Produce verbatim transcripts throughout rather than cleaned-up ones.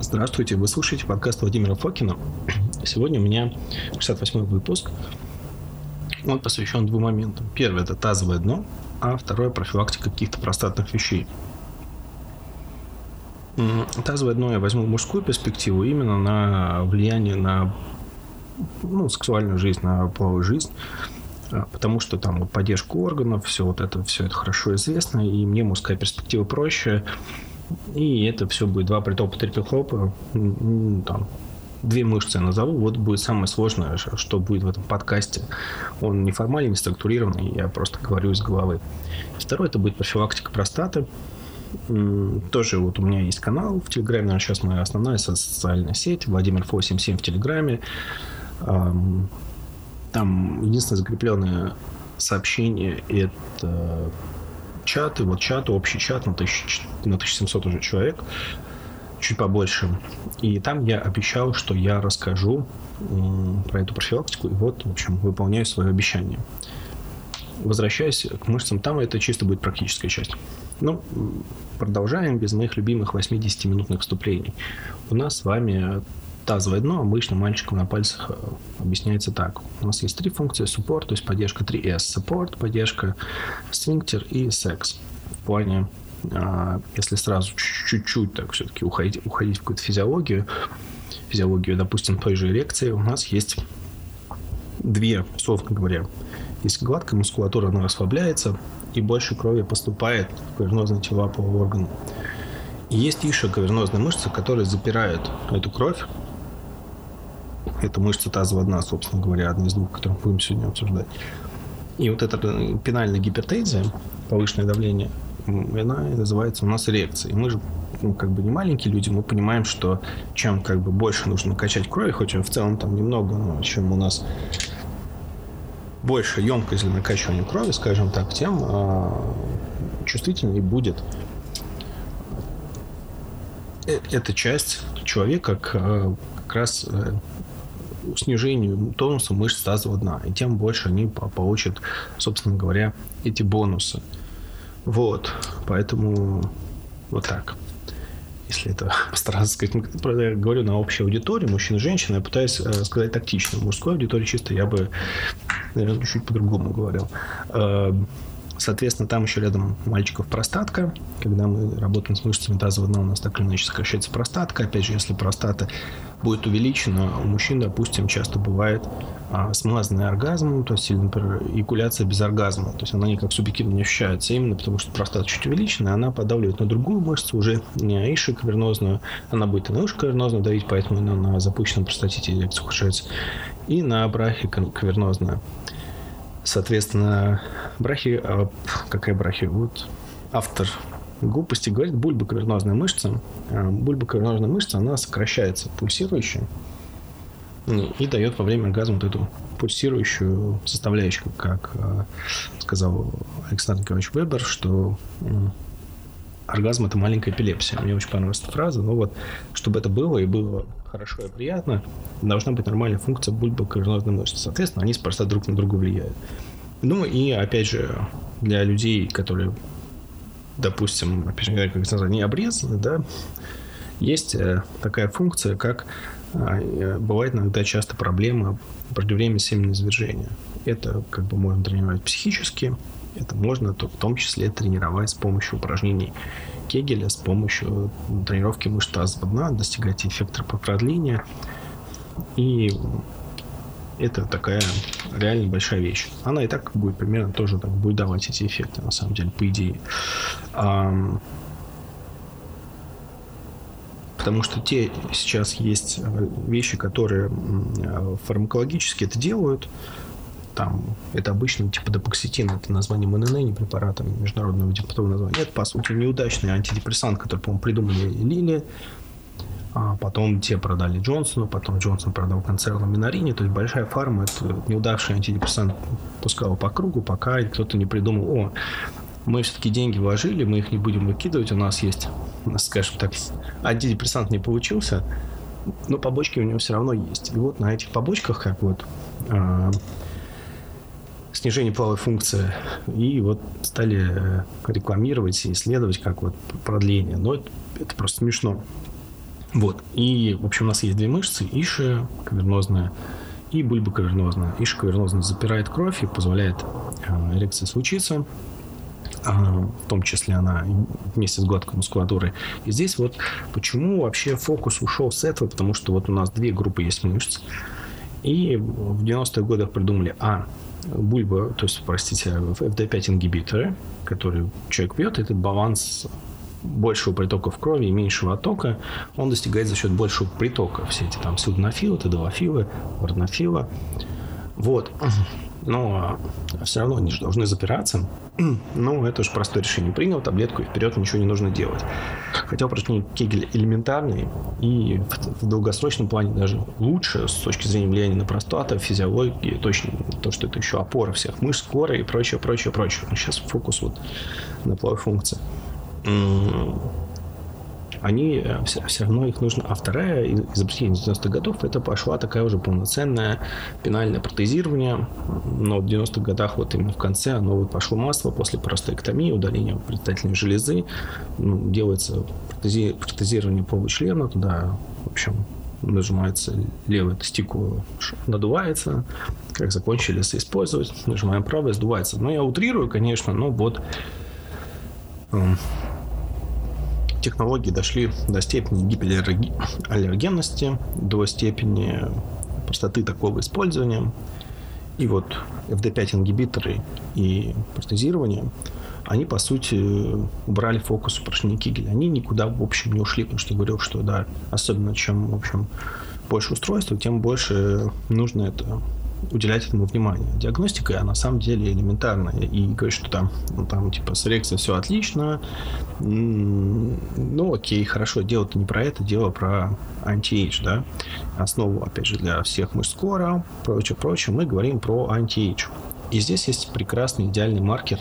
Здравствуйте, вы слушаете подкаст Владимира Фокина. Сегодня у меня шестьдесят восьмой выпуск. Он посвящен двум моментам. Первый – это тазовое дно, а второе – профилактика каких-то простатных вещей. Тазовое дно я возьму мужскую перспективу именно на влияние на ну, сексуальную жизнь, на половую жизнь. Потому что там вот поддержка органов, все вот это, все это хорошо известно, и мне мужская перспектива проще. И это все будет два притопа, три прихлопа, там, две мышцы я назову. Вот будет самое сложное, что будет в этом подкасте. Он неформальный, не структурированный, я просто говорю из головы. Второе, это будет профилактика простаты. Тоже вот у меня есть канал в Телеграме, а сейчас моя основная социальная сеть, Владимир Фо семьдесят семь в Телеграме. Там единственное закрепленное сообщение – это чаты. Вот чат, общий чат на тысячу семьсот уже человек, чуть побольше. И там я обещал, что я расскажу про эту профилактику. И вот, в общем, выполняю свое обещание. Возвращаясь к мышцам, там это чисто будет практическая часть. Ну, продолжаем без моих любимых восьмидесятиминутных вступлений. У нас с вами тазовое дно обычно мальчикам на пальцах объясняется так. У нас есть три функции: support, то есть поддержка, три эс, support, поддержка, сфинктер и секс. В плане, если сразу чуть-чуть так все-таки уходить, уходить в какую-то физиологию, физиологию, допустим, той же эрекции, у нас есть две, условно говоря. Есть гладкая мускулатура, она расслабляется, и больше крови поступает в кавернозные тела полового органа. И есть еще кавернозные мышцы, которые запирают эту кровь. Это мышца тазового дна, собственно говоря, одна из двух, которые мы будем сегодня обсуждать. И вот эта пенальная гипертензия, повышенное давление, она называется у нас эрекцией. Мы же ну, как бы не маленькие люди, мы понимаем, что чем как бы больше нужно качать крови, хоть в целом там немного, но чем у нас больше емкость для накачивания крови, скажем так, тем э, чувствительнее будет эта часть человека к как раз э, снижению тонуса мышц тазового дна. И тем больше они получат, собственно говоря, эти бонусы. Вот. Поэтому вот так. Если это постараться сказать, я говорю на общей аудитории, мужчин и женщин, я пытаюсь э, сказать тактично. В мужской аудитории чисто я бы, наверное, чуть по-другому говорил. Э, Соответственно, там еще рядом у мальчиков простатка. Когда мы работаем с мышцами тазового дна, у нас так или иначе сокращается простатка. Опять же, если простата будет увеличена, у мужчин, допустим, часто бывает а, смазанный оргазм, то есть, например, эякуляция без оргазма. То есть она никак субъективно не ощущается, именно потому что простата чуть увеличена, она подавливает на другую мышцу, уже не ишекавернозную, она будет и на ишекавернозную давить, поэтому она на запущенном простатите эрекция ухудшается, и на брахикавернозную. Соответственно, брахи... Какая брахи? Вот автор глупости говорит, бульбокавернозная мышца. Бульбокавернозная мышца, она сокращается, пульсирующая, и дает во время оргазма вот эту пульсирующую составляющую, как сказал Александр Николаевич Вебер, что оргазм – это маленькая эпилепсия. Мне очень понравилась эта фраза. Но вот, чтобы это было и было хорошо и приятно, должна быть нормальная функция бульбокавернозной мышцы. Соответственно, они просто друг на друга влияют. Ну и, опять же, для людей, которые, допустим, опять же, как сказать, не обрезаны, да, есть такая функция, как бывает иногда часто проблема преждевременного семяизвержения. Это как бы можно тренировать психически. Это можно в том числе тренировать с помощью упражнений Кегеля, с помощью тренировки мышц тазового дна, достигать эффекта продления. И это такая реально большая вещь. Она и так будет примерно тоже так, будет давать эти эффекты, на самом деле, по идее. Потому что те сейчас есть вещи, которые фармакологически это делают. Там, это обычно типа дапоксетин, это название эм эн эн, не препарата международного типа названия. Это, по сути, неудачный антидепрессант, который, по-моему, придумали Лили. А потом те продали Джонсону, потом Джонсон продал концерну Минарине. То есть большая фарма, это неудавший антидепрессант пускал по кругу, пока кто-то не придумал: о, мы все-таки деньги вложили, мы их не будем выкидывать, у нас есть, у нас, скажем так, антидепрессант не получился, но побочки у него все равно есть. И вот на этих побочках, как вот снижение половой функции, и вот стали рекламировать и исследовать как вот продление. Но это, это просто смешно. Вот. И, в общем, у нас есть две мышцы, ишия кавернозная и бульба кавернозная. Ишия кавернозная запирает кровь и позволяет э, эрекции случиться. В том числе она вместе с гладкой мускулатурой. И здесь вот почему вообще фокус ушел с этого, потому что вот у нас две группы есть мышц. И в девяностых годах придумали, а, бульба, то есть, простите, эф дэ пять ингибиторы, которые человек пьет, этот баланс большего притока в крови и меньшего оттока, он достигает за счет большего притока. Все эти там силденафилы, тедалофилы, варданофилы. Вот. Но все равно они же должны запираться. Ну, это же простое решение. Принял таблетку, и вперед ничего не нужно делать. Хотя упражнения Кегеля элементарные, и в, в долгосрочном плане даже лучше с точки зрения влияния на простату, физиологии, точно то, что это еще опора всех мышц, коры и прочее, прочее, прочее. Но сейчас фокус вот на половой функции. Они все, все равно их нужно. А вторая изобретение девяностых годов, это пошла такая уже полноценная пенальное протезирование. Но в девяностых годах вот именно в конце оно вот пошло масло после простатектомии, удаления предстательной железы. Ну, делается протези, протезирование получлена, туда, в общем, нажимается левая тестикула, надувается. Как закончили использовать, нажимаем правое, сдувается. Ну, я утрирую, конечно, но вот технологии дошли до степени гипоаллергенности, до степени простоты такого использования. И вот эф дэ пять ингибиторы и протезирование, они, по сути, убрали фокус упражнений Кегеля. Они никуда, в общем, не ушли, потому что я говорил, что, да, особенно чем, в общем, больше устройств, тем больше нужно это уделять этому внимание. Диагностика, на самом деле, элементарная. И говорит, что там, ну, там типа, с эрекцией все отлично. Ну, окей, хорошо. Дело-то не про это, дело про анти-эйдж, да. Основу, опять же, для всех мышц кора, прочее, прочее. Мы говорим про анти-эйдж. И здесь есть прекрасный идеальный маркер.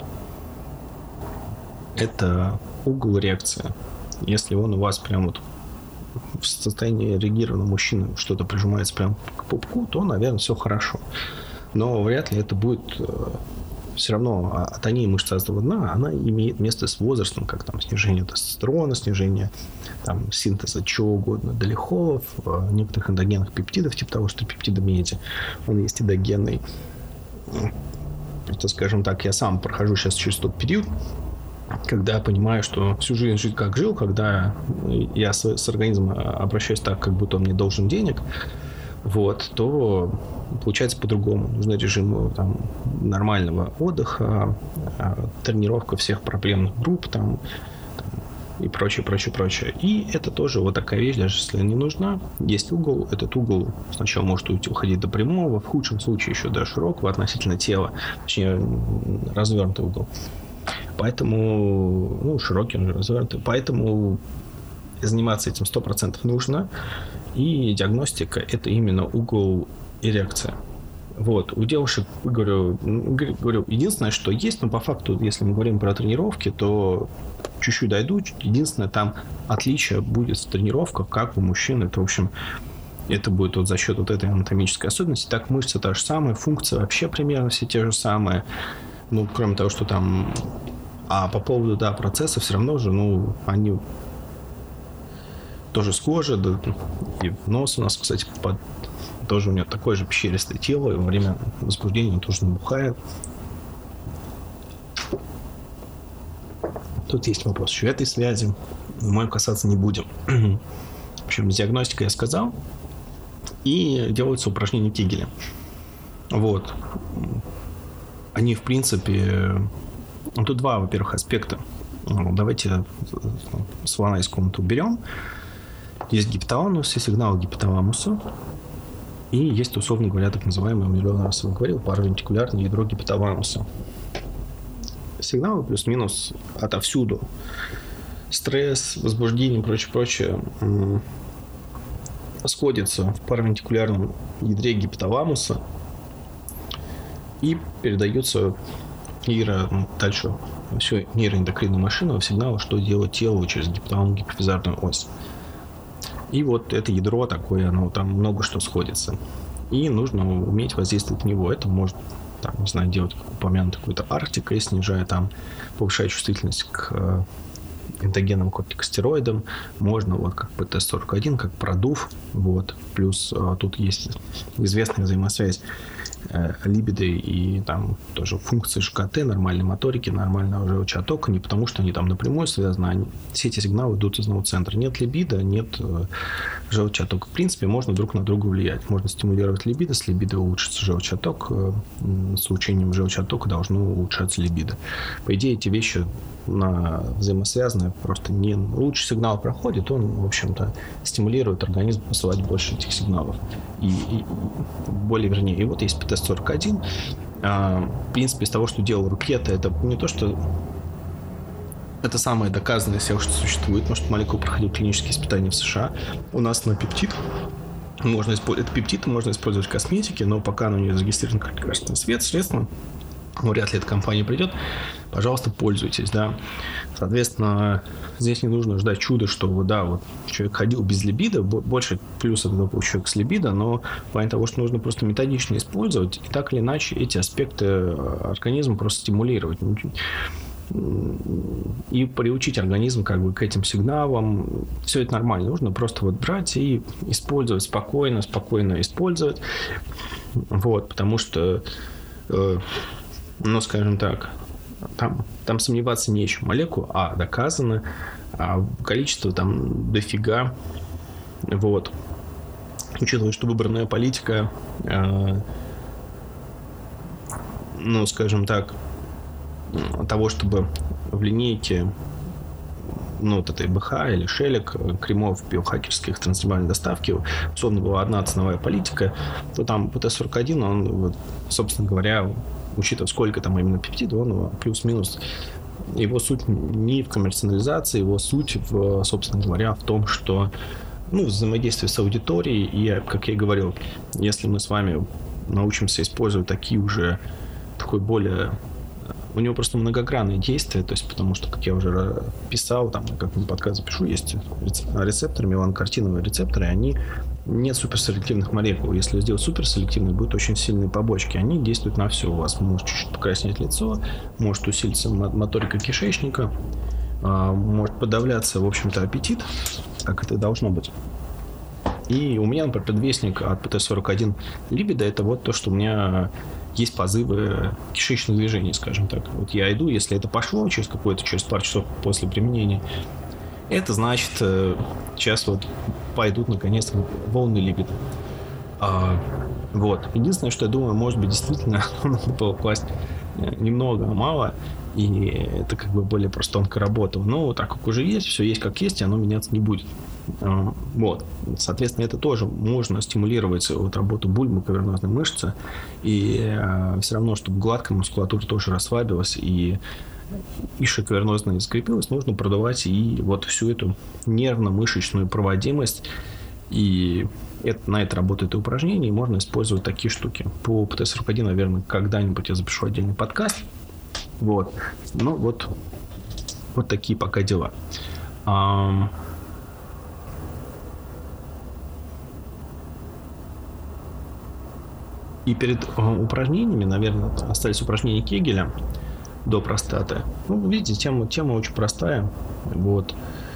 Это угол эрекции. Если он у вас прям вот в состоянии эрегированного мужчины что-то прижимается прям к пупку, то, наверное, все хорошо. Но вряд ли это будет все равно атония мышц тазового дна, она имеет место с возрастом, как там снижение тестостерона, снижение там, синтеза чего угодно, долихолов, некоторых эндогенных пептидов, типа того, что пептидомеди, он есть эндогенный. Просто, скажем так, я сам прохожу сейчас через тот период, когда я понимаю, что всю жизнь жить как жил, когда я с, с организмом обращаюсь так, как будто он мне должен денег, вот, то получается по-другому. Нужен режим там, нормального отдыха, тренировка всех проблемных групп там, там, и прочее, прочее, прочее. И это тоже вот такая вещь, даже если не нужна. Есть угол, этот угол сначала может уйти, уходить до прямого, в худшем случае еще до широкого относительно тела, точнее развернутый угол. Поэтому, ну, широкий, он развернутый. Поэтому заниматься этим сто процентов нужно. И диагностика – это именно угол эрекции. Вот. У девушек, говорю, говорю, единственное, что есть, но по факту, если мы говорим про тренировки, то чуть-чуть дойду. Единственное, там отличие будет в тренировках, как у мужчин. Это, в общем, это будет вот за счет вот этой анатомической особенности. Так, мышцы та же самая, функции вообще примерно все те же самые. Ну, кроме того, что там... А по поводу, да, процесса все равно же, ну, они тоже схожи. Да, и нос у нас, кстати, под... тоже у него такое же пещеристое тело, и во время возбуждения он тоже набухает. Тут есть вопрос еще этой связи. Мы касаться не будем. В общем, с диагностикой я сказал. И делаются упражнения Кегеля. Вот. Они, в принципе... Тут два, во-первых, аспекта. Давайте слона из комнаты уберем. Есть гипоталамус и сигнал гипоталамуса. И есть, условно говоря, так называемый, миллион раз я говорил, паравентикулярное ядро гипоталамуса. Сигналы плюс-минус отовсюду. Стресс, возбуждение и прочее, прочее сходится в паравентикулярном ядре гипоталамуса и передается нейро, ну, дальше всю нейроэндокринную машину сигнала, что делать телу через гипоталамо-гипофизарную ось. И вот это ядро такое, оно там много что сходится. И нужно уметь воздействовать на него. Это может, там, не знаю, делать, как упомянуто, какую-то арктикой, снижая там, повышая чувствительность к эндогенным кортикостероидом, можно вот как пэ тэ сорок один, как продув, вот, плюс а, тут есть известная взаимосвязь э, либидо и там тоже функции ЖКТ, нормальной моторики, нормального желчеоттока, не потому что они там напрямую связаны, они, все эти сигналы идут из одного центра. Нет либидо, нет э, желчеоттока. В принципе, можно друг на друга влиять. Можно стимулировать либидо, с либидо улучшится желчеотток, э, с улучшением желчеоттока должно улучшаться либидо. По идее, эти вещи на взаимосвязаны, просто не лучший сигнал проходит, он, в общем-то, стимулирует организм посылать больше этих сигналов. И, и более вернее, и вот есть пэ тэ сорок один. А, в принципе, из того, что делал Рукета, это не то, что это самое доказанное из всего, что существует, потому что молекула проходила клинические испытания в США. У нас на пептид можно использовать, это пептид можно использовать в косметике, но пока оно не зарегистрировано как лекарственное средство, ну, вряд ли эта компания придет, пожалуйста, пользуйтесь, да. Соответственно, здесь не нужно ждать чуда, что, вот, да, вот человек ходил без либидо, больше плюсов у человека с либидо, но в плане того, что нужно просто методично использовать, и так или иначе эти аспекты организма просто стимулировать. И приучить организм как бы к этим сигналам. Все это нормально. Нужно просто вот брать и использовать спокойно, спокойно использовать. Вот, потому что э, ну, скажем так, там, там сомневаться нечем. Молекулы, а, доказано, а количество там дофига. Вот. Учитывая, что выбранная политика, э, ну, скажем так, того, чтобы в линейке, ну, вот этой бэ ха или шелек, кремов биохакерских трансдермальной доставки, условно, была одна ценовая политика, то там пэ тэ сорок один, он, вот, собственно говоря, учитывая, сколько там именно пептида, он плюс-минус, его суть не в коммерциализации, его суть, в, собственно говоря, в том, что, ну, взаимодействие с аудиторией, и, как я и говорил, если мы с вами научимся использовать такие уже, такой более... У него просто многогранные действия, то есть, потому что, как я уже писал, там, как на подкаст запишу, есть рецепторы, меланокартиновые рецепторы, они нет суперселективных молекул. Если сделать суперселективные, будут очень сильные побочки. Они действуют на все. У вас может чуть-чуть покраснеть лицо, может усилиться моторика кишечника, может подавляться, в общем-то, аппетит, как это должно быть. И у меня, например, предвестник от пэ тэ сорок один либидо, это вот то, что у меня есть позывы кишечных движений, скажем так. Вот я иду, если это пошло через какое-то, через пару часов после применения, это значит, сейчас вот пойдут наконец-то волны либидо. А, вот. Единственное, что я думаю, может быть, действительно надо было класть немного, мало, и это как бы более просто тонкая работа. Но так как уже есть, все есть как есть, и оно меняться не будет. А, вот. Соответственно, это тоже можно стимулировать вот работу бульбоковернозной мышцы, и а, все равно, чтобы гладкая мускулатура тоже расслабилась, и ишекавернозно не скрепилась, нужно продавать и вот всю эту нервно-мышечную проводимость. И это, на это работает и упражнение, и можно использовать такие штуки. По пэ тэ сорок один, наверное, когда-нибудь я запишу отдельный подкаст. Вот. Ну, вот, вот такие пока дела. А... И перед упражнениями, наверное, остались упражнения Кегеля до простаты. Ну, видите, тема, тема очень простая. Вот.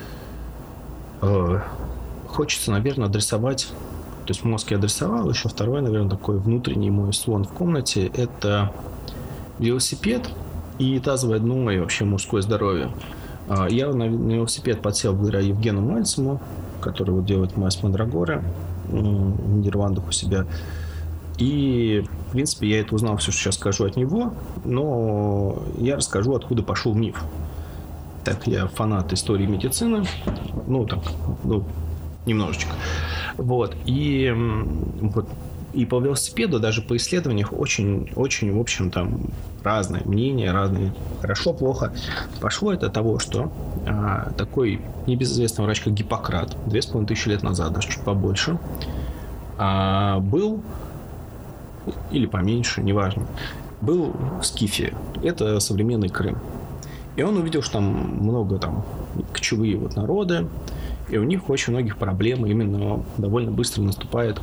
Э, хочется, наверное, адресовать. То есть мозг я адресовал. Еще второй, наверное, такой внутренний мой слон в комнате. Это велосипед и тазовое дно, и вообще мужское здоровье. Э, я на велосипед подсел благодаря Евгену Мальцему, который вот делает Майс Мандрагора в Нидерландах у себя. И, в принципе, я это узнал, все, что сейчас скажу от него, но я расскажу, откуда пошел миф. Так, я фанат истории медицины, ну, так, ну, немножечко. Вот, и, вот, и по велосипеду, даже по исследованиям, очень, очень, в общем, там разные мнения, разные, хорошо, плохо. Пошло это от того, что а, такой небезызвестный врач, как Гиппократ, две с половиной тысячи лет назад, даже чуть побольше, а, был... или поменьше, неважно, был в Скифии. Это современный Крым. И он увидел, что там много там кочевые вот народы, и у них очень многих проблем, именно довольно быстро наступает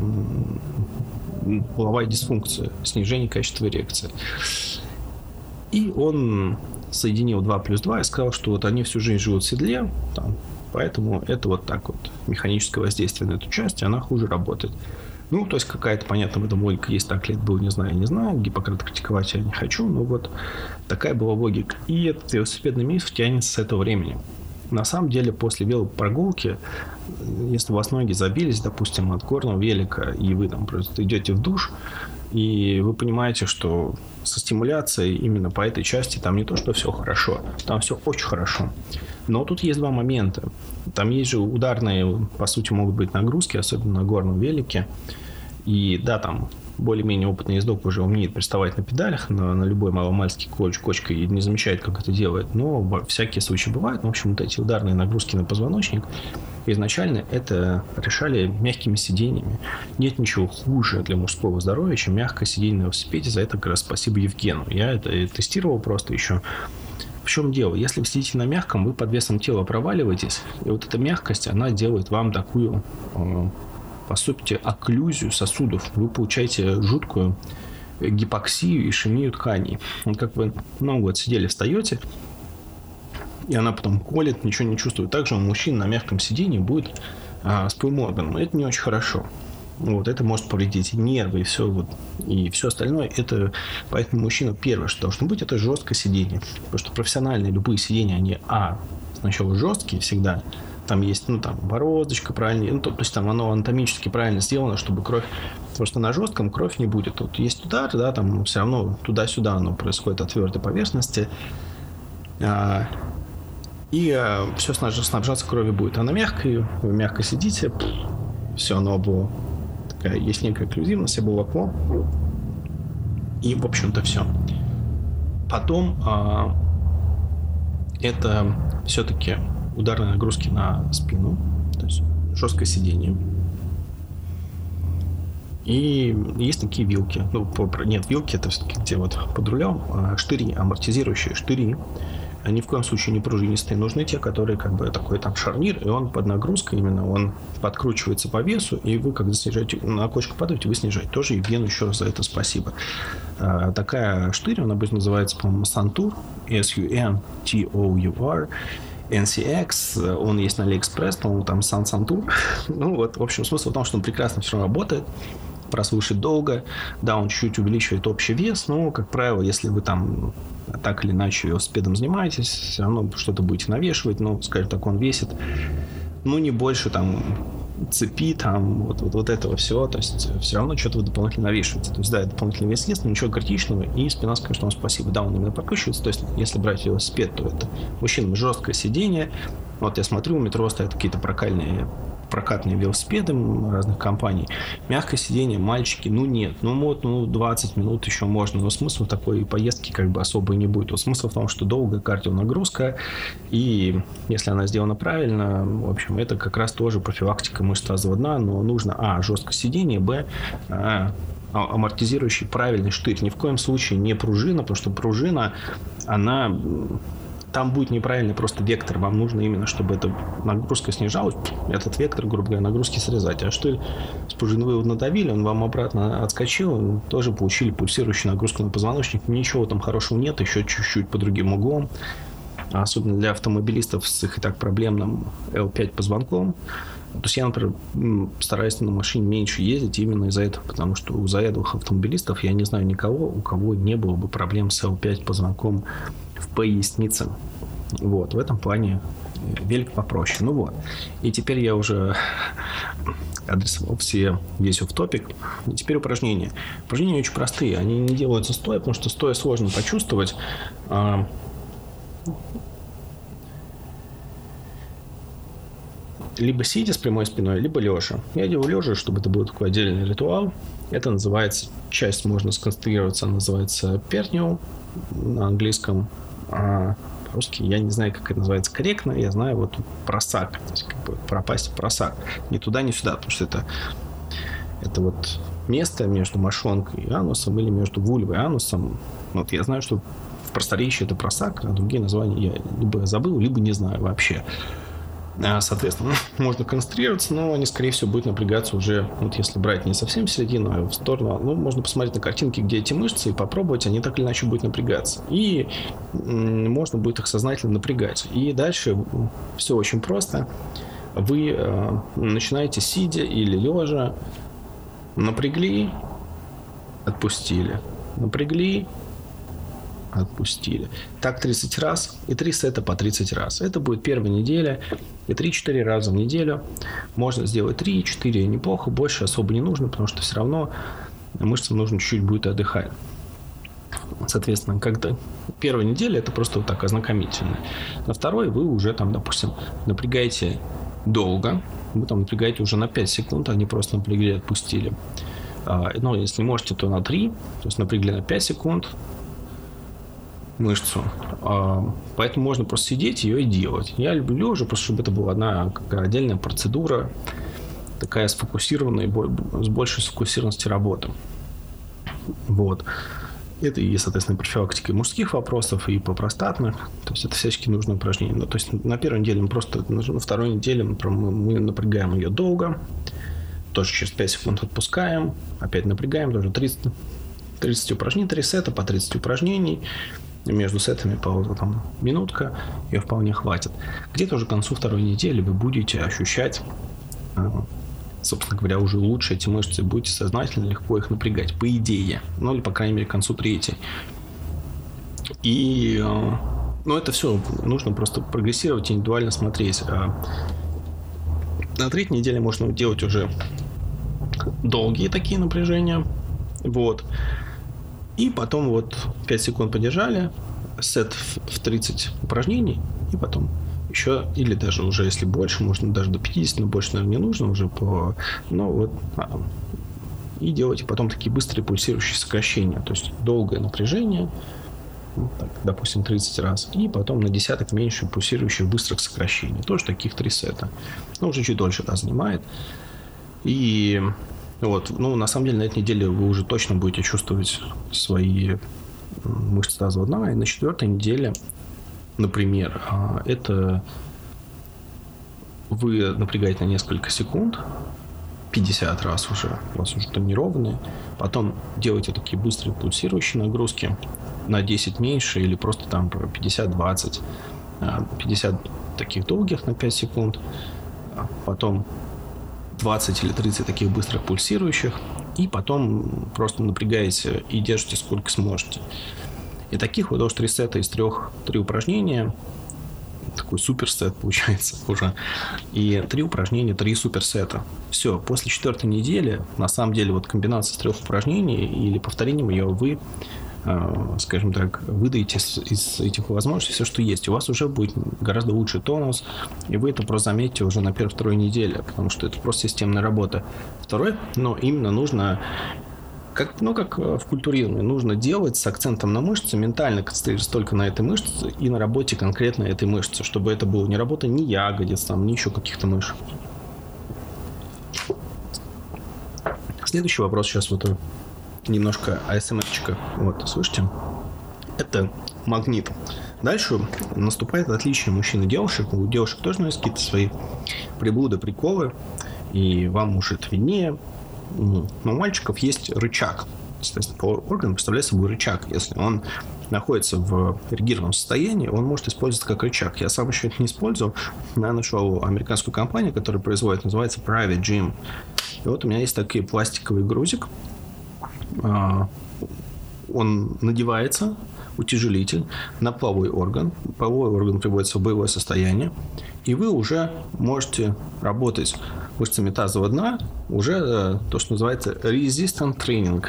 половая дисфункция, снижение качества эрекции. И он соединил два плюс два и сказал, что вот они всю жизнь живут в седле, там, поэтому это вот так вот механическое воздействие на эту часть, и она хуже работает. Ну, то есть какая-то, понятно, в этом логика есть. Так ли это было, не знаю, не знаю. Гиппократа критиковать я не хочу, но вот такая была логика. И этот велосипедный миф тянется с этого времени. На самом деле, после велопрогулки, если у вас ноги забились, допустим, от горного велика, и вы там просто идете в душ, и вы понимаете, что со стимуляцией именно по этой части там не то, что все хорошо, там все очень хорошо. Но тут есть два момента. Там есть же ударные, по сути, могут быть нагрузки, особенно на горном велике. И да, там более-менее опытный ездок уже умеет приставать на педалях, на, на любой маломальский коч, кочкой и не замечает, как это делает. Но всякие случаи бывают. В общем, вот эти ударные нагрузки на позвоночник изначально это решали мягкими сиденьями. Нет ничего хуже для мужского здоровья, чем мягкое сиденье на велосипеде. За это как раз спасибо Евгену. Я это тестировал просто еще. В чем дело? Если вы сидите на мягком, вы под весом тела проваливаетесь. И вот эта мягкость, она делает вам такую, по сути, окклюзию сосудов. Вы получаете жуткую гипоксию и ишемию тканей. Вот как вы много вот сидели, встаете, и она потом колет, ничего не чувствует. Также у мужчин на мягком сидении будет а, с полым органом. Это не очень хорошо. Вот, это может повредить и нервы, и все, вот, и все остальное. Это, поэтому мужчина первое, что должно быть, это жесткое сиденье. Потому что профессиональные любые сиденья, они, а, сначала жесткие всегда. Там есть, ну, там, бороздочка правильно, ну, то, то есть там оно анатомически правильно сделано, чтобы кровь, потому что на жестком кровь не будет. Тут есть удар, да, там все равно туда-сюда оно происходит от твердой поверхности. А, и а, все снабжаться кровью будет. А на мягкой, вы мягко сидите, все, оно было... Есть некая эксклюзивность, я был в окно. И, в общем-то, все. Потом а, это все-таки ударные нагрузки на спину. То есть жесткое сиденье. И есть такие вилки. Ну, нет, вилки это все-таки где вот под рулем. А штыри, амортизирующие штыри. Ни в коем случае не пружинистые. Нужны те, которые как бы такой там шарнир, и он под нагрузкой именно, он подкручивается по весу, и вы, когда снижаете, на кочку падаете, вы снижаете. Тоже Евгену еще раз за это спасибо. А, такая штырь, она обычно называется, по-моему, Suntour, эс ю эн ти о ю ар, эн си икс, он есть на AliExpress, по-моему, там Sun Suntour. Ну вот, в общем, смысл в том, что он прекрасно все равно работает, прослушать долго, да, он чуть-чуть увеличивает общий вес, но, как правило, если вы там так или иначе велосипедом занимаетесь, все равно что-то будете навешивать, ну, скажем так, он весит, ну, не больше там цепи, там, вот, вот, вот этого всего, то есть все равно что-то вы дополнительно навешиваете. То есть, да, дополнительный вес есть, но ничего критичного, и спина скажет, что вам спасибо. Да, он именно подкручивается, то есть, если брать велосипед, то это мужчинам жесткое сиденье. Вот я смотрю, у метро стоят какие-то прокальные прокатные велосипеды разных компаний. Мягкое сиденье, мальчики, ну нет, ну вот, ну двадцать минут еще можно, но смысла такой поездки как бы особо не будет. Вот смысл в том, что долгая кардионагрузка, и если она сделана правильно, в общем, это как раз тоже профилактика мышц тазового дна, но нужно, а, жесткое сиденье, б, а, амортизирующий правильный штырь. Ни в коем случае не пружина, потому что пружина, она... Там будет неправильный просто вектор. Вам нужно именно, чтобы эта нагрузка снижалась, этот вектор, грубо говоря, нагрузки срезать. А что с пружины вы его надавили, он вам обратно отскочил, тоже получили пульсирующую нагрузку на позвоночник. Ничего там хорошего нет, еще чуть-чуть по другим углом. Особенно для автомобилистов с их и так проблемным эл пять позвонком. То есть я, например, стараюсь на машине меньше ездить именно из-за этого, потому что у заядлых автомобилистов я не знаю никого, у кого не было бы проблем с эл пять позвонком в пояснице. Вот, в этом плане велик попроще. Ну вот. И теперь я уже адресовал все, весь офф-топик. И теперь упражнения. Упражнения очень простые. Они не делаются стоя, потому что стоя сложно почувствовать. Либо сидя с прямой спиной, либо лежа. Я делаю лежа, чтобы это был такой отдельный ритуал. Это называется, часть можно сконцентрироваться, называется перниум на английском. А по-русски я не знаю, как это называется корректно. Я знаю вот просак, то есть как бы пропасть в просак. Ни туда, ни сюда, потому что это, это вот место между мошонкой и анусом или между вульвой и анусом. Вот я знаю, что в просторечии это просак, а другие названия я либо забыл, либо не знаю вообще. Соответственно, можно концентрироваться, но они, скорее всего, будут напрягаться уже, вот если брать не совсем в середину, а в сторону. Ну, можно посмотреть на картинки, где эти мышцы, и попробовать, они так или иначе будут напрягаться. И можно будет их сознательно напрягать. И дальше все очень просто. Вы э, начинаете сидя или лежа, напрягли, отпустили, напрягли, отпустили. Так тридцать раз и три сета по тридцать раз. Это будет первая неделя и три-четыре раза в неделю. Можно сделать три-четыре, неплохо, больше особо не нужно, потому что все равно мышцам нужно чуть-чуть будет отдыхать. Соответственно, когда первая неделя это просто вот так ознакомительно. На второй вы уже там, допустим, напрягаете долго. Вы там напрягаете уже на пять секунд, а не просто напрягли и отпустили. Но если можете, то на три. То есть напрягли на пять секунд мышцу. Поэтому можно просто сидеть ее и делать. Я люблю уже просто, чтобы это была одна отдельная процедура, такая сфокусированная, с большей сфокусированностью работы. Вот. Это и, соответственно, профилактика мужских вопросов, и по простатных. То есть это всячески нужные упражнения. Ну, то есть на первой неделе мы просто, на второй неделе мы, мы напрягаем ее долго. Тоже через пять секунд отпускаем. Опять напрягаем. Тоже тридцать, тридцать упражнений, три сета по тридцать упражнений. Между сетами пауза там минутка, ее вполне хватит. Где-то уже к концу второй недели вы будете ощущать, собственно говоря, уже лучше эти мышцы, будете сознательно легко их напрягать, по идее. Ну, или, по крайней мере, к концу третьей. И, ну, это все нужно просто прогрессировать, индивидуально смотреть. На третьей неделе можно делать уже долгие такие напряжения. Вот. И потом вот пять секунд подержали, сет в тридцать упражнений, и потом еще, или даже уже если больше, можно даже до пятидесяти, но больше, наверное, не нужно уже по... Ну вот, и делайте потом такие быстрые пульсирующие сокращения, то есть долгое напряжение, вот так, допустим, тридцать раз, и потом на десяток меньше пульсирующих быстрых сокращений, тоже таких три сета. Ну, уже чуть дольше это занимает. И... Вот, ну, на самом деле, на этой неделе вы уже точно будете чувствовать свои мышцы тазового дна. И на четвертой неделе, например, это вы напрягаете на несколько секунд, пятьдесят раз уже, у вас уже тренированные. Потом делаете такие быстрые пульсирующие нагрузки на десять меньше или просто там пятьдесят-двадцать. пятьдесят таких долгих на пять секунд. Потом двадцать или тридцать таких быстрых пульсирующих, и потом просто напрягаете и держите сколько сможете. И таких вот уж три сета из трех, три упражнения, такой суперсет получается уже, и три упражнения, три суперсета. Все, после четвертой недели, на самом деле, вот комбинация из трех упражнений или повторением ее вы, скажем так, выдаете из этих возможностей все, что есть. У вас уже будет гораздо лучший тонус, и вы это просто заметите уже на первой-второй неделе, потому что это просто системная работа. Второе, но именно нужно, как, ну, как в культуризме, нужно делать с акцентом на мышцы, ментально концентрироваться только на этой мышце и на работе конкретно этой мышцы, чтобы это было не работа ни ягодиц, там, ни еще каких-то мышц. Следующий вопрос сейчас вот немножко эй эс эм эр-чика. Вот, слышите? Это магнит. Дальше наступает отличие мужчин и девушек. У девушек тоже есть какие-то свои приблуды, приколы. И вам, может, виднее. Но у мальчиков есть рычаг. Соответственно, половой орган представляет собой рычаг. Если он находится в эрегированном состоянии, он может использоваться как рычаг. Я сам еще это не использовал. Я нашел американскую компанию, которая производит, называется Private Gym. И вот у меня есть такой пластиковый грузик. Он надевается, утяжелитель, на половой орган. Половой орган приводится в боевое состояние. И вы уже можете работать мышцами тазового дна, уже то, что называется resistant training.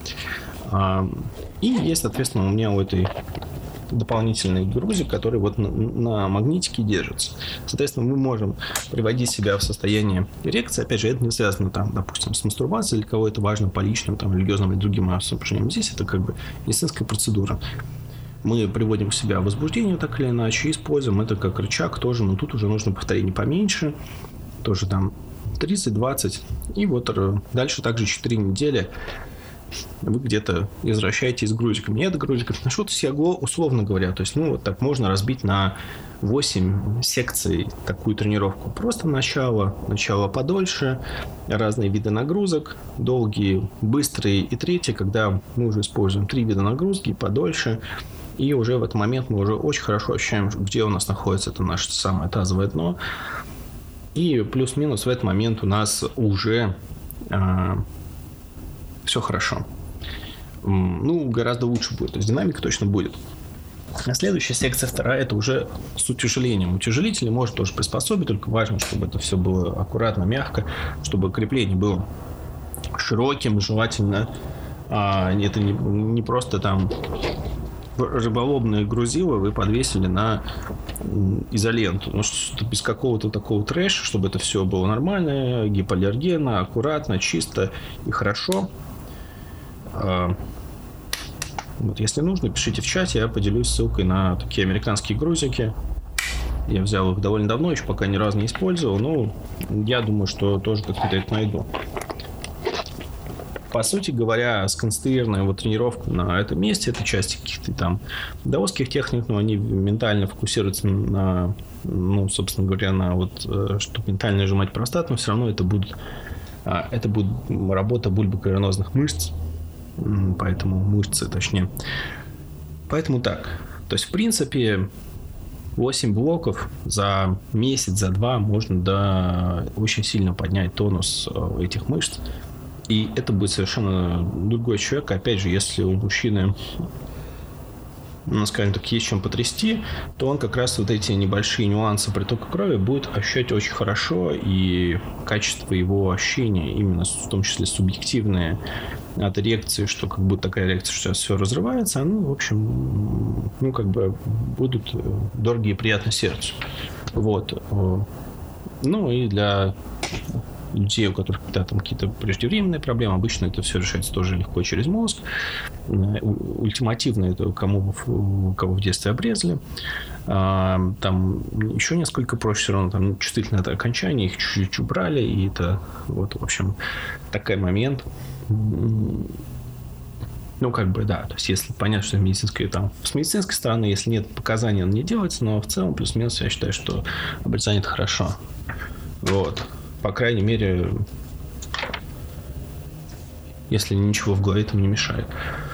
И есть, соответственно, у меня у этой дополнительный грузик, который вот на, на магнитике держится. Соответственно, мы можем приводить себя в состояние эрекции. Опять же, это не связано, там, допустим, с мастурбацией или кого это важно по личным, там, религиозным или другим упражнениям. Здесь это как бы медицинская процедура. Мы приводим себя в возбуждение так или иначе и используем это как рычаг тоже, но тут уже нужно повторение поменьше. Тоже там тридцать-двадцать. И вот дальше также четыре недели вы где-то возвращаетесь с грузиком. Нет грузиков, на что-то сяго, условно говоря. То есть, ну, вот так можно разбить на восемь секций такую тренировку. Просто начало, начало подольше, разные виды нагрузок, долгие, быстрые. И третье, когда мы уже используем три вида нагрузки подольше. И уже в этот момент мы уже очень хорошо ощущаем, где у нас находится это наше самое тазовое дно. И плюс-минус в этот момент у нас уже э, все хорошо. Ну, гораздо лучше будет. То есть динамика точно будет. А следующая секция, вторая, это уже с утяжелением. Утяжелители может тоже приспособить, только важно, чтобы это все было аккуратно, мягко, чтобы крепление было широким, желательно. А, это не, не просто там рыболовное грузило вы подвесили на изоленту. Ну, что без какого-то такого трэша, чтобы это все было нормально, гипоаллергенно, аккуратно, чисто и хорошо. Вот, если нужно, пишите в чате, я поделюсь ссылкой на такие американские грузики. Я взял их довольно давно, еще пока ни разу не использовал, но я думаю, что тоже как-то это найду. По сути говоря, сконструированная вот тренировка на этом месте, это часть каких-то там даосских техник, но они ментально фокусируются на, ну, собственно говоря, на вот, чтобы ментально сжимать простату, но все равно это будет, это будет работа бульбокавернозных мышц, поэтому мышцы, точнее. Поэтому так. То есть, в принципе, восемь блоков за месяц, за два можно да, очень сильно поднять тонус этих мышц. И это будет совершенно другой человек. Опять же, если у мужчины, ну, скажем так, есть чем потрясти, то он как раз вот эти небольшие нюансы притока крови будет ощущать очень хорошо. И качество его ощущения, именно в том числе субъективные, от эрекции, что как будто такая реакция, что сейчас все разрывается, ну, в общем, ну, как бы будут дорогие и приятны сердцу. Вот. Ну, и для людей, у которых да, там какие-то преждевременные проблемы, обычно это все решается тоже легко через мозг. Ультимативно это кому, кого в детстве обрезали. Там еще несколько проще, все равно там чувствительное это окончание, их чуть-чуть убрали, и это вот, в общем, такой момент. Ну, как бы, да, то есть, если понятно, что медицинское, там, с медицинской стороны, если нет показаний, он не делается, но в целом, плюс-минус, я считаю, что обрезание это хорошо. Вот. По крайней мере, если ничего в голове этому не мешает.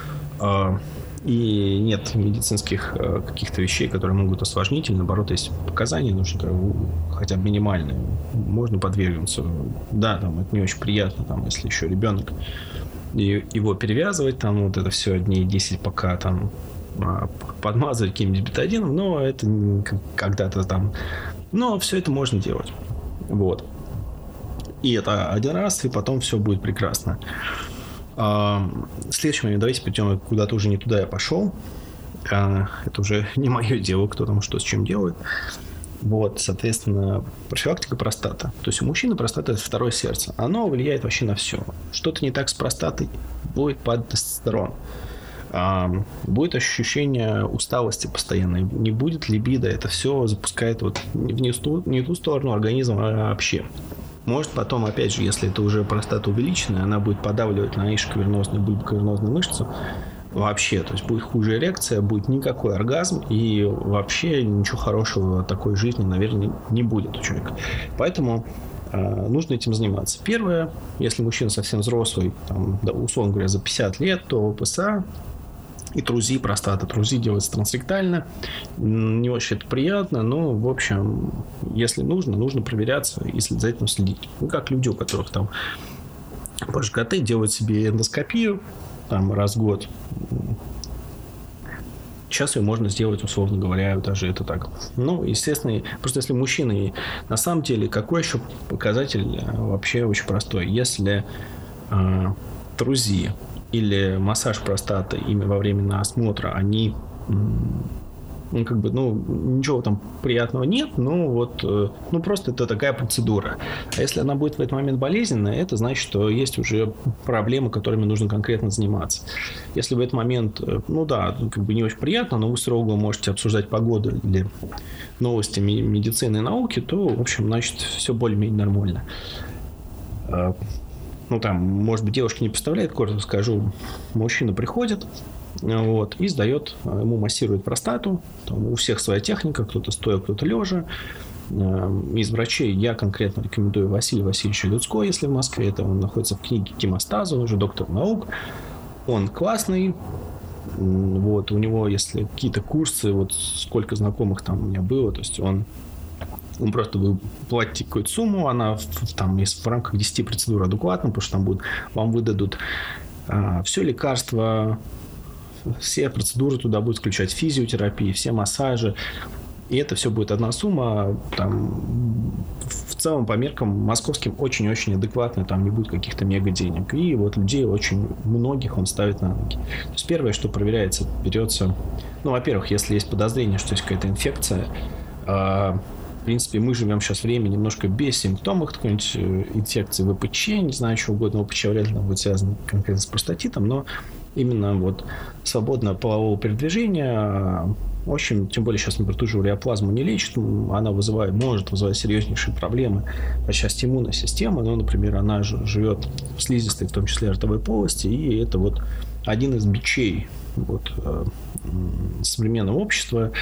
И нет медицинских каких-то вещей, которые могут осложнить, или наоборот, есть показания, нужно хотя бы минимальные. Можно подвергнуться. Да, там это не очень приятно, там, если еще ребенок, и его перевязывать, там вот это все дней десять, пока там подмазывать каким-нибудь бетадином, но это когда-то там. Но все это можно делать. Вот. И это один раз, и потом все будет прекрасно. Следующий момент, давайте перейдем куда-то уже не туда я пошел. Это уже не мое дело, кто там что с чем делает. Вот, соответственно, профилактика простаты. То есть у мужчины простата – это второе сердце. Оно влияет вообще на все. Что-то не так с простатой, будет падать тестостерон. Будет ощущение усталости постоянной, не будет либидо. Это все запускает вот в не ту, не ту сторону организма, а вообще. Может потом, опять же, если это уже простата увеличенная, она будет подавливать на ишекавернозную, бульбокавернозную мышцу вообще. То есть будет хуже эрекция, будет никакой оргазм, и вообще ничего хорошего от такой жизни, наверное, не будет у человека. Поэтому э, нужно этим заниматься. Первое, если мужчина совсем взрослый, там, да, условно говоря, за пятьдесят лет, то ПСА и ТРУЗИ, простата. ТРУЗИ делается трансректально. Не очень это приятно, но, в общем, если нужно, нужно проверяться и за этим следить. Ну, как люди, у которых там по ЖКТ делают себе эндоскопию там раз в год. Сейчас ее можно сделать, условно говоря, даже это так. Ну, естественно, просто если мужчина, на самом деле, какой еще показатель вообще очень простой. Если э, ТРУЗИ или массаж простаты ими во время осмотра, они, ну, как бы, ну, ничего там приятного нет, но вот, ну, просто это такая процедура. А если она будет в этот момент болезненная, это значит, что есть уже проблемы, которыми нужно конкретно заниматься. Если в этот момент, ну, да, как бы не очень приятно, но вы строго можете обсуждать погоду или новости медицины и науки, то, в общем, значит, все более-менее нормально. ну, там, может быть, девушка не представляет, коротко скажу, мужчина приходит, вот, и сдает, ему массирует простату, там, у всех своя техника, кто-то стоя, кто-то лежа. Из врачей я конкретно рекомендую Василия Васильевича Людской, если в Москве, это он находится в книге Гемостаза, он уже доктор наук, он классный. Вот, у него, если какие-то курсы, вот сколько знакомых там у меня было, то есть он, он просто вы платите какую-то сумму, она в, там, есть в рамках десяти процедур адекватна, потому что там будут, вам выдадут а, все лекарства, все процедуры туда будут включать физиотерапии, все массажи. И это все будет одна сумма, там, в целом по меркам московским очень-очень адекватно, там не будет каких-то мега денег. И вот людей очень многих он ставит на ноги. То есть первое, что проверяется, берется, ну, во-первых, если есть подозрение, что есть какая-то инфекция, э, в принципе, мы живем сейчас в время немножко без симптомов, какой-нибудь инфекции ВПЧ, не знаю, что угодно, ВПЧ вряд ли будет связано конкретно с простатитом, но именно вот свободное полового передвижения. В общем, тем более сейчас, например, ту же уреоплазму не лечит, она вызывает, может вызывать серьезнейшие проблемы по части иммунной системы, но, например, она живет в слизистой, в том числе ротовой полости, и это вот один из бичей вот, современного общества,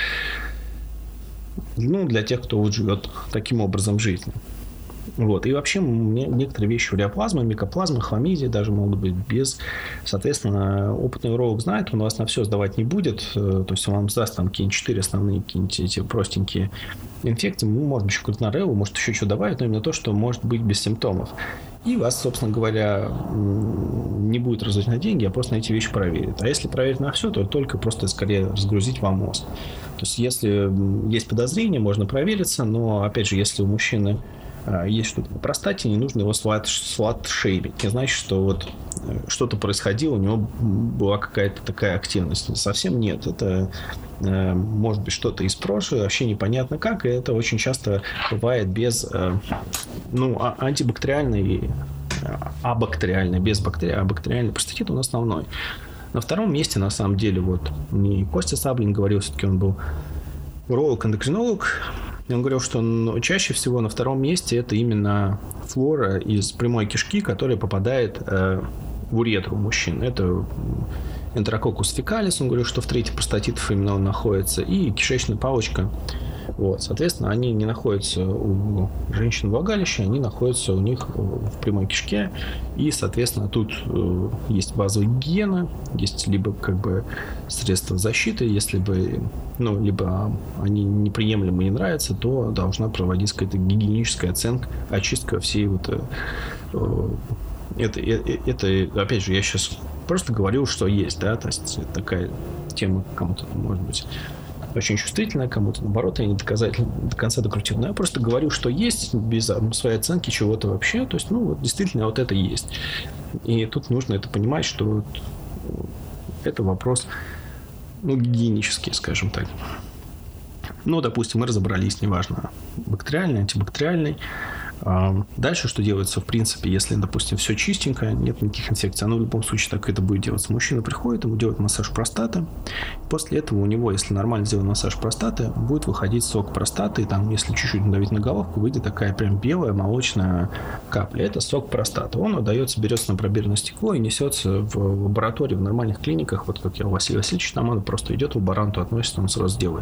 ну, для тех, кто вот живет таким образом жизни. Вот. И вообще некоторые вещи уреоплазмы, микоплазмы, хламидии даже могут быть без... Соответственно, опытный уролог знает, он вас на все сдавать не будет. То есть он вам сдаст там какие-нибудь четыре основные, какие-нибудь эти простенькие инфекции. Ну, может быть, еще кортинареллу, может, еще что добавить, но именно то, что может быть без симптомов. И вас, собственно говоря, не будет разложить на деньги, а просто на эти вещи проверит. А если проверить на все, то только просто скорее разгрузить вам мозг. То есть, если есть подозрение, можно провериться, но, опять же, если у мужчины есть что-то по простате, не нужно его слат-шеймить. Не значит, что вот что-то происходило, у него была какая-то такая активность. Совсем нет. Это может быть что-то из прошлого, вообще непонятно как, и это очень часто бывает без ну, антибактериальной, абактериальной, без бактерий, а бактериальный простатит он основной. На втором месте, на самом деле, вот не Костя Саблин говорил, все-таки он был уролог-эндокринолог. Он говорил, что чаще всего на втором месте это именно флора из прямой кишки, которая попадает э, в уретру мужчин. Это энтерококкус фекалис, он говорил, что в трети простатитов именно он находится, и кишечная палочка. Вот, соответственно, они не находятся у женщин влагалища, они находятся у них в прямой кишке. И, соответственно, тут э, есть базовая гигиена, есть либо как бы средства защиты, если бы, ну, либо они неприемлемы и не нравятся, то должна проводиться какая-то гигиеническая оценка, очистка всей вот э, это, это, опять же, я сейчас просто говорю, что есть, да, то есть такая тема кому-то, может быть, очень чувствительная, кому-то, наоборот, я не доказательно до конца докрутил. Но я просто говорю, что есть, без своей оценки чего-то вообще. То есть, ну, вот, действительно, вот это есть. И тут нужно это понимать, что вот это вопрос, ну, гигиенический, скажем так. Ну, допустим, мы разобрались, неважно, бактериальный, антибактериальный. Дальше что делается, в принципе, если, допустим, все чистенько, нет никаких инфекций, оно в любом случае так это будет делаться. Мужчина приходит, ему делают массаж простаты. После этого у него, если нормально сделан массаж простаты, будет выходить сок простаты. И там, если чуть-чуть надавить на головку, выйдет такая прям белая молочная капля. Это сок простаты. Он отдается, берется на пробирное стекло и несется в лаборатории, в нормальных клиниках. Вот как я у Василия Васильевича, там он просто идет, в лаборанту относится, он сразу делает.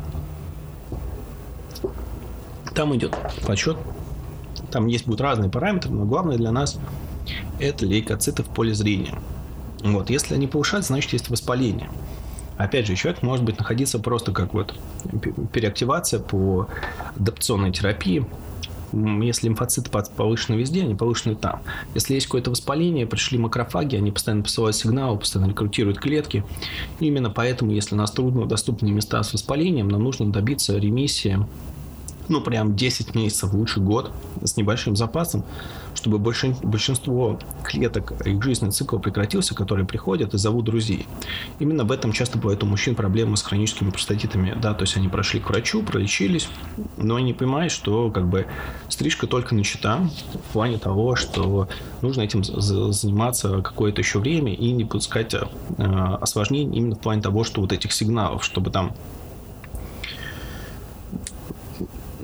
Там идет подсчет. Там есть будут разные параметры, но главное для нас это лейкоциты в поле зрения. Вот. Если они повышаются, значит есть воспаление. Опять же, человек может быть находиться просто как вот переактивация по адапционной терапии. Если лимфоциты повышены везде, они повышены там. Если есть какое-то воспаление, пришли макрофаги, они постоянно посылают сигналы, постоянно рекрутируют клетки. И именно поэтому, если у нас труднодоступные места с воспалением, нам нужно добиться ремиссии, ну, прям десять месяцев, лучше год, с небольшим запасом, чтобы большинство клеток, их жизненный цикл прекратился, которые приходят и зовут друзей. Именно в этом часто бывает у мужчин проблемы с хроническими простатитами. Да, то есть они прошли к врачу, пролечились, но они понимают, что как бы стрижка только начата в плане того, что нужно этим заниматься какое-то еще время и не пускать э, осложнений именно в плане того, что вот этих сигналов, чтобы там